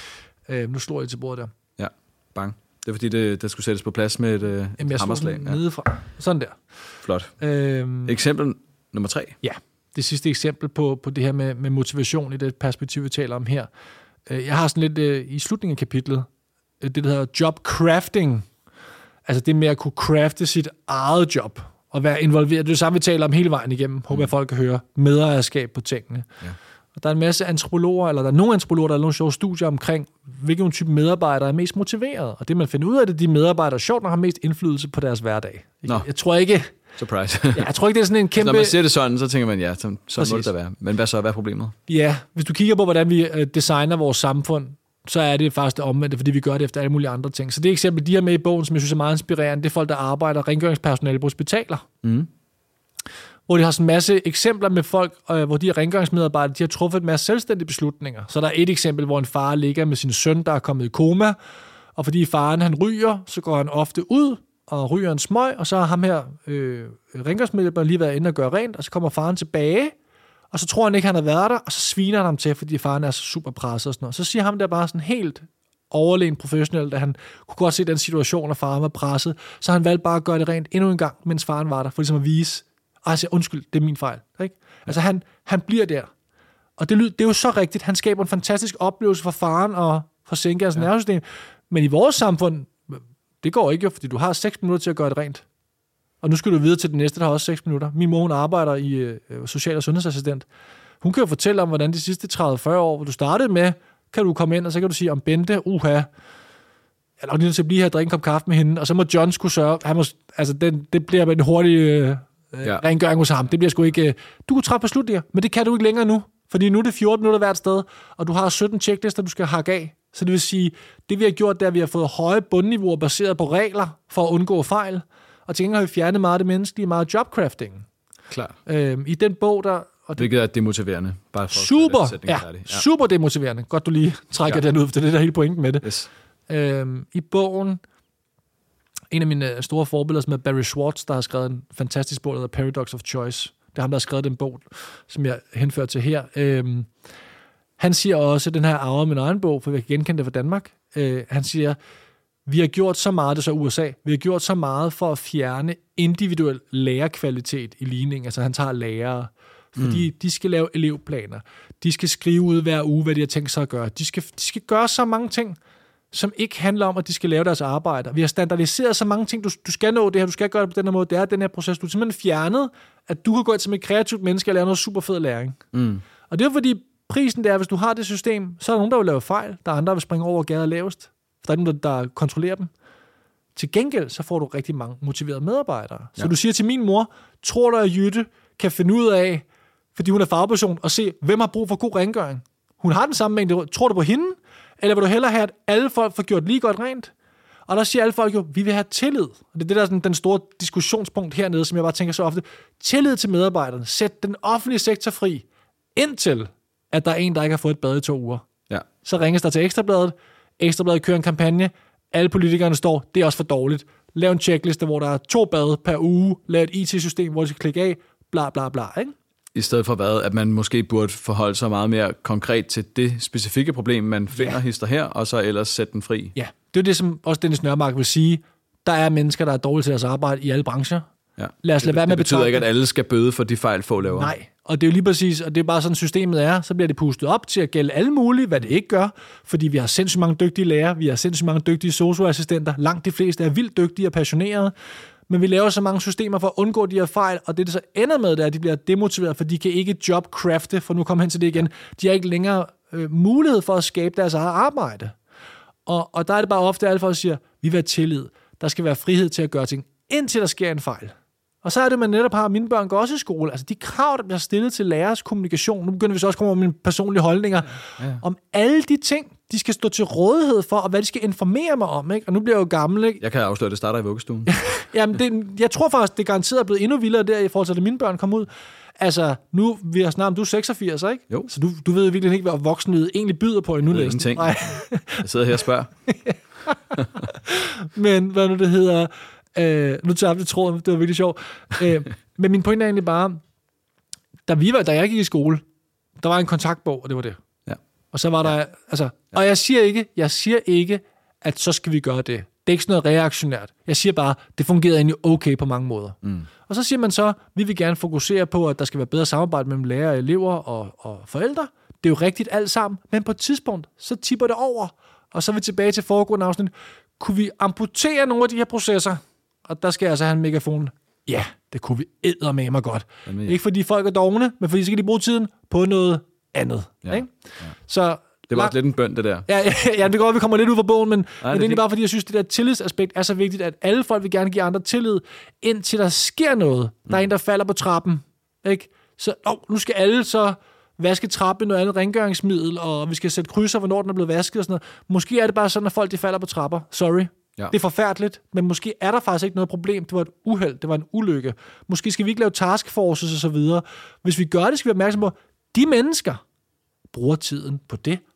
øh, nu slår jeg til bordet der. Ja, bang. Det er fordi, det, det skulle sættes på plads med et, et Jamen, jeg hammerslag. Ja. Nedefra. Sådan der. Flot. Øhm, eksempel nummer tre. Ja, det sidste eksempel på, på det her med, med motivation i det perspektiv, vi taler om her. Jeg har sådan lidt øh, i slutningen af kapitlet, det der hedder job crafting. Altså det med at kunne crafte sit eget job og være involveret. Det er det samme, vi taler om hele vejen igennem. Håber jeg, folk kan høre medejerskab på tingene. Ja. Og der er en masse antropologer, eller der er nogle antropologer, der har nogle sjove studier omkring, hvilken type medarbejdere er mest motiveret. Og det, man finder ud af, det er de medarbejdere, sjovt nok har mest indflydelse på deres hverdag. Nå. Jeg tror ikke... Surprise. ja, jeg tror ikke, det er sådan en kæmpe... Når man ser det sådan, så tænker man, ja, sådan, sådan må det da være. Men hvad så? Hvad er problemet? Ja, hvis du kigger på, hvordan vi designer vores samfund, så er det faktisk det omvendte, fordi vi gør det efter alle mulige andre ting. Så det eksempel, de har med i bogen, som jeg synes er meget inspirerende, det er folk, der arbejder rengøringspersonale på hospitaler. Mm. Hvor de har sådan en masse eksempler med folk, øh, hvor de er rengøringsmedarbejdere, de har truffet en masse selvstændige beslutninger. Så der er et eksempel, hvor en far ligger med sin søn, der er kommet i koma, og fordi faren han ryger, så går han ofte ud og ryger en smøg, og så har ham her, øh, rengøringsmedhjælperen, lige været inde og gøre rent, og så kommer faren tilbage, og så tror han ikke, han har været der, og så sviner han ham til, fordi faren er så super presset og sådan noget. Så siger ham der bare sådan helt overlegen professionelt, at han kunne godt se den situation, at faren var presset, så han valgte bare at gøre det rent endnu en gang, mens faren var der, for ligesom at vise, og han siger, undskyld, det er min fejl. Ikke? Altså han, han bliver der. Og det, det er jo så rigtigt. Han skaber en fantastisk oplevelse for faren og for Senkas ja. nervesystem. Men i vores samfund, det går ikke, fordi du har seks minutter til at gøre det rent. Og nu skal du videre til den næste, der har også seks minutter. Min mor, hun arbejder i øh, social- og sundhedsassistent. Hun kan jo fortælle om, hvordan de sidste tredive til fyrre år, hvor du startede med, kan du komme ind, og så kan du sige, om Bente, uha, jeg er nok lige til at blive her og drikke en kop kaffe med hende, og så må John skulle sørge. Han må, altså, den, det bliver en hurtig øh, ja. rengøring hos ham. Det bliver sgu ikke... Øh, du kunne træffe beslutninger, men det kan du ikke længere nu. Fordi nu er det fjorten minutter hvert sted, og du har sytten checklister, du skal hakke af. Så det vil sige, det vi har gjort, det er, at vi har fået høje bundniveauer baseret på regler for at undgå fejl. Og til gengæld har vi fjernet meget af det menneskelige, meget jobcrafting. Klar. Øhm, I den bog, der... Og det, Hvilket er demotiverende. Bare for super, ja, ja, super demotiverende. Godt, du lige trækker ja. den ud, for det er det, der er hele pointen med det. Yes. Øhm, I bogen, en af mine store forbilleder, som er Barry Schwartz, der har skrevet en fantastisk bog, der hedder Paradox of Choice. Det er ham, der har skrevet den bog, som jeg henfører til her. Øhm, han siger også, den her arver min egen bog, for vi kan genkende det fra Danmark. Øh, han siger, vi har gjort så meget, det er så U S A, vi har gjort så meget for at fjerne individuel lærerkvalitet i ligning. Altså han tager lærere, fordi mm. de skal lave elevplaner. De skal skrive ud hver uge, hvad de har tænkt sig at gøre. De skal, de skal gøre så mange ting, som ikke handler om, at de skal lave deres arbejde. Vi har standardiseret så mange ting. Du, du skal nå det her, du skal gøre det på den her måde. Det er den her proces. Du er simpelthen fjernet, at du kan gå ind som et kreativt menneske og lave noget super fed læring. Mm. Og det er fordi, prisen det er, hvis du har det system, så er der nogen, der vil lave fejl. Der er andre, der vil springe over gader lavest. For der er nogen, der, der kontrollerer dem. Til gengæld, så får du rigtig mange motiverede medarbejdere. Ja. Så du siger til min mor, tror du, at Jytte kan finde ud af, fordi hun er fagperson, og se, hvem har brug for god rengøring? Hun har den samme mængde. Tror du på hende? Eller vil du hellere have, at alle folk får gjort lige godt rent? Og der siger alle folk jo, vi vil have tillid. Og det er det, der er sådan, den store diskussionspunkt hernede, som jeg bare tænker så ofte. Tillid til medarbejderne. Sæt den offentlige sektor fri, indtil at der er en, der ikke har fået et bad i to uger. Ja. Så ringes der til Ekstrabladet. Ekstrabladet kører en kampagne. Alle politikerne står, det er også for dårligt. Lav en checkliste, hvor der er to bad per uge. Lav et I T-system, hvor de skal klikke af. Bla, bla, bla, ikke? I stedet for hvad? At man måske burde forholde sig meget mere konkret til det specifikke problem, man finder ja. hister her, og så ellers sætte den fri. Ja, det er det, som også Dennis Nørmark vil sige. Der er mennesker, der er dårlige til deres arbejde i alle brancher. Ja. Lad os lade være med det betyder ikke, at alle skal bøde for de fejl, få laver. Nej, og det er jo lige præcis, og det er bare sådan, systemet er. Så bliver det pustet op til at gælde alle mulige, hvad det ikke gør. Fordi vi har sindssygt mange dygtige lærere, vi har sindssygt mange dygtige socioassistenter. Langt de fleste er vildt dygtige og passionerede. Men vi laver så mange systemer for at undgå de her fejl, og det, det så ender med, det er, at de bliver demotiveret, for de kan ikke jobcrafte, for nu kommer hen til det igen. De har ikke længere øh, mulighed for at skabe deres eget arbejde. Og, og der er det bare ofte, at alle folk siger, vi vil have tillid. Der skal være frihed til at gøre ting, indtil der sker en fejl. Og så er det, man netop har, mine børn går også i skole. Altså de krav, der bliver stillet til lærers kommunikation, nu begynder vi så også at komme over mine personlige holdninger, ja, ja. om alle de ting, de skal stå til rådighed for, og hvad de skal informere mig om. Ikke? Og nu bliver jeg jo gammel. Ikke? Jeg kan afsløre, at det starter i vuggestuen. Jamen, det, jeg tror faktisk, det er garanteret er blevet endnu vildere der, i forhold til, at mine børn kom ud. Altså, nu, vi har snart, du er seksogfirs, ikke? Jo. Så du, du ved virkelig ikke, hvad voksenlivet egentlig byder på endnu. Det er ingenting. Jeg sidder her og spørger. Men, hvad nu det hedder... Øh, nu tager jeg det tråden, det var virkelig sjovt. Øh, men min pointe er egentlig bare, da, vi var, da jeg gik i skole, der var en kontaktbog, og det var det. Ja. Og så var der, altså, ja. og jeg siger ikke, jeg siger ikke, at så skal vi gøre det. Det er ikke sådan noget reaktionært. Jeg siger bare, det fungerede egentlig okay på mange måder. Mm. Og så siger man så, vi vil gerne fokusere på, at der skal være bedre samarbejde mellem lærere og elever og, og forældre. Det er jo rigtigt alt sammen, men på et tidspunkt, så tipper det over. Og så er vi tilbage til foregående afsnit. Kunne vi amputere nogle af de her processer? Og der skal jeg altså have en megafon. Ja, det kunne vi eddermame godt. Jamen, ja. Ikke fordi folk er dogne, men fordi så skal de bruge tiden på noget andet. Ja. Ikke? Ja. Så, det var også lidt en bøn, det der. Ja, ja, ja, det går, at vi kommer lidt ud fra bogen, men, Nej, men det er egentlig bare, fordi jeg synes, at det der tillidsaspekt er så vigtigt, at alle folk vil gerne give andre tillid, indtil der sker noget. Der er mm. en, der falder på trappen. Ikke? Så åh, nu skal alle så vaske trappen og andet rengøringsmiddel, og vi skal sætte krydser, hvornår den er blevet vasket og sådan noget. Måske er det bare sådan, at folk de falder på trapper. Sorry. Ja. Det er forfærdeligt, men måske er der faktisk ikke noget problem. Det var et uheld, det var en ulykke. Måske skal vi ikke lave taskforces og så videre. Hvis vi gør det, skal vi være opmærksom på, at de mennesker bruger tiden på det,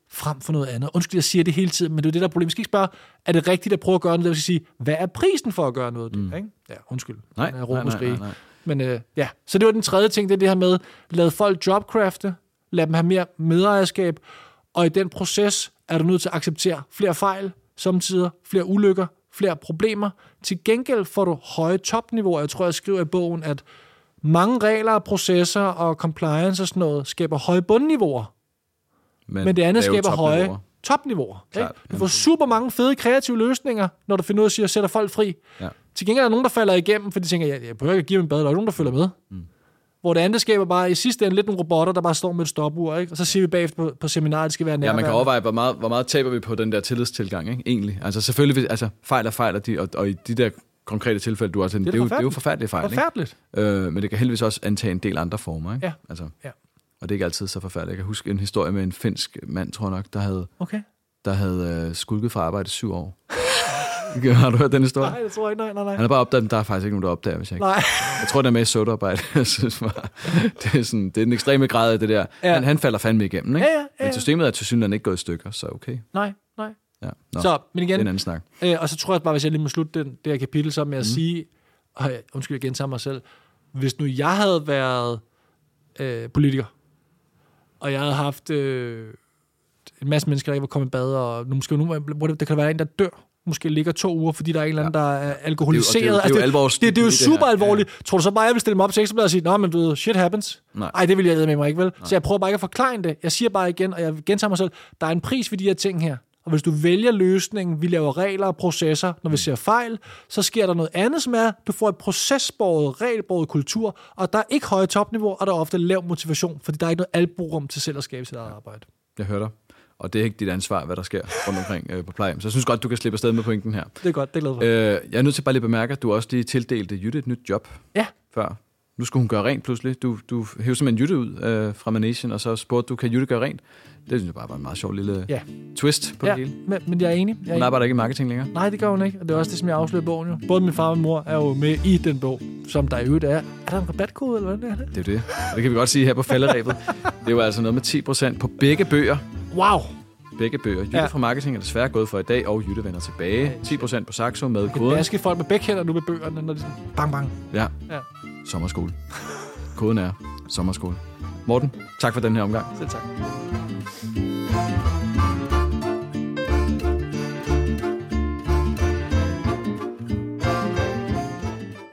frem for noget andet. Undskyld, jeg siger det hele tiden, men det er det, der er problemet. Vi skal ikke spørge, er det rigtigt at prøve at gøre noget? Vi skal sige, hvad er prisen for at gøre noget? Mm. Ikke? Ja, undskyld. Nej, nej, nej, nej, nej. Men øh, ja, så det var den tredje ting, det er det her med, lad folk jobcrafte, lad dem have mere medejerskab, og i den proces er du nødt til at acceptere flere fejl, samtidig flere ulykker, flere problemer. Til gengæld får du høje topniveauer. Jeg tror, jeg skriver i bogen, at mange regler, processer og compliance og sådan noget skaber høje bundniveauer. Men, Men det andet skaber høje topniveauer. Klart, du får super mange fede kreative løsninger, når du finder ud af at sige, at sætter folk fri. Ja. Til gengæld er der nogen, der falder igennem, for de tænker, jeg, jeg behøver ikke at give dem en bad, der er nogen, der følger med. Mm. Hvor det andet skaber bare i sidste ende lidt nogle robotter, der bare står med et stopur, ikke? Og så siger vi bagefter på, på seminaret, det skal være nærværende. Ja, man kan overveje, hvor meget, hvor meget taber vi på den der tillidstilgang, ikke? Egentlig. Altså selvfølgelig, altså fejl er fejl, og, de, og, og i de der konkrete tilfælde, du har tænkt, det, det, er jo, det er jo forfærdelige fejl, forfærdeligt. Ikke? Øh, men det kan heldigvis også antage en del andre former, ikke? Ja. Altså, ja. Og det er ikke altid så forfærdeligt. Jeg kan huske en historie med en finsk mand, tror jeg nok, der havde, okay. der havde øh, skulket fra arbejde i syv år. Har du hørt den historie? Nej, det tror jeg ikke. Nej, nej, nej. Han har bare opdaget, at der er faktisk ikke nogen, der opdager, hvis jeg ikke. Nej. Jeg tror, det er med i sodaarbejde. Jeg synes bare, det er, sådan, det er den ekstreme grad af det der. Ja. Han, han falder fandme igennem, ikke? Ja, ja, ja. Men systemet er til synligheden ikke gået i stykker, så okay. Nej, nej. Ja. Nå, så, men igen, det er en anden snak. Øh, og så tror jeg bare, hvis jeg lige må slutte den, det her kapitel, så med at mm. sige, og jeg, undskyld, jeg gentager mig selv, hvis nu jeg havde været øh, politiker, og jeg havde haft øh, en masse mennesker, der ikke var kommet i bad, og nu måske nu, hvor det, der kan være en, der dør, måske ligger to uger, fordi der er en eller anden, der er alkoholiseret. Det er jo, det er jo, altså, det, det, det er jo super alvorligt. Ja. Tror du så bare, jeg vil stille mig op til Ekstrabladet og sige, nå, men du ved, shit happens. Nej. Ej, det vil jeg æde med mig, ikke vel? Nej. Så jeg prøver bare ikke at forklare det. Jeg siger bare igen, og jeg gentager mig selv, der er en pris ved de her ting her. Og hvis du vælger løsningen, vi laver regler og processer, når vi ser fejl, så sker der noget andet, som er, du får et procesbordet, regelbordet kultur, og der er ikke høje topniveau, og der er ofte lav motivation, fordi der er ikke noget albuerum til selv at skabe sit eget arbejde. Jeg hører dig. Og det er ikke dit ansvar, hvad der sker rundt omkring øh, på plejehjem. Så jeg synes godt, du kan slippe afsted med pointen her. Det er godt, det er glad for. Øh, jeg er nødt til bare lige at bemærke, at du også lige tildelte Jytte et nyt job. Ja. Før. Nu skulle hun gøre rent pludselig. Du, du hævde simpelthen Jytte ud øh, fra Managen, og så spurgte du, kan Jytte gøre rent? Det synes jeg bare var en meget sjov lille ja. twist på ja, det hele. Men, men jeg er enig. Jeg er hun arbejder enig. ikke i marketing længere? Nej, det gør hun ikke. Og det er også det, som jeg afslører i bogen jo. Både min far og min mor er jo med i den bog, som der i øvrigt er. Er der en rabatkode, eller hvad er det? Det er det. Og det kan vi godt sige her på falderæbet. Det var altså noget med ti procent på begge bøger. Wow! Begge bøger. Jytte ja. fra Marketing er desværre gået for i dag, og Jytte vender tilbage. ti procent på Saxo med koden. Jeg skal folk med begge hænder nu med bøgerne, når de sådan bang bang. Ja. ja. Sommerskole. Koden er sommerskole. Morten, tak for den her omgang. Selv tak.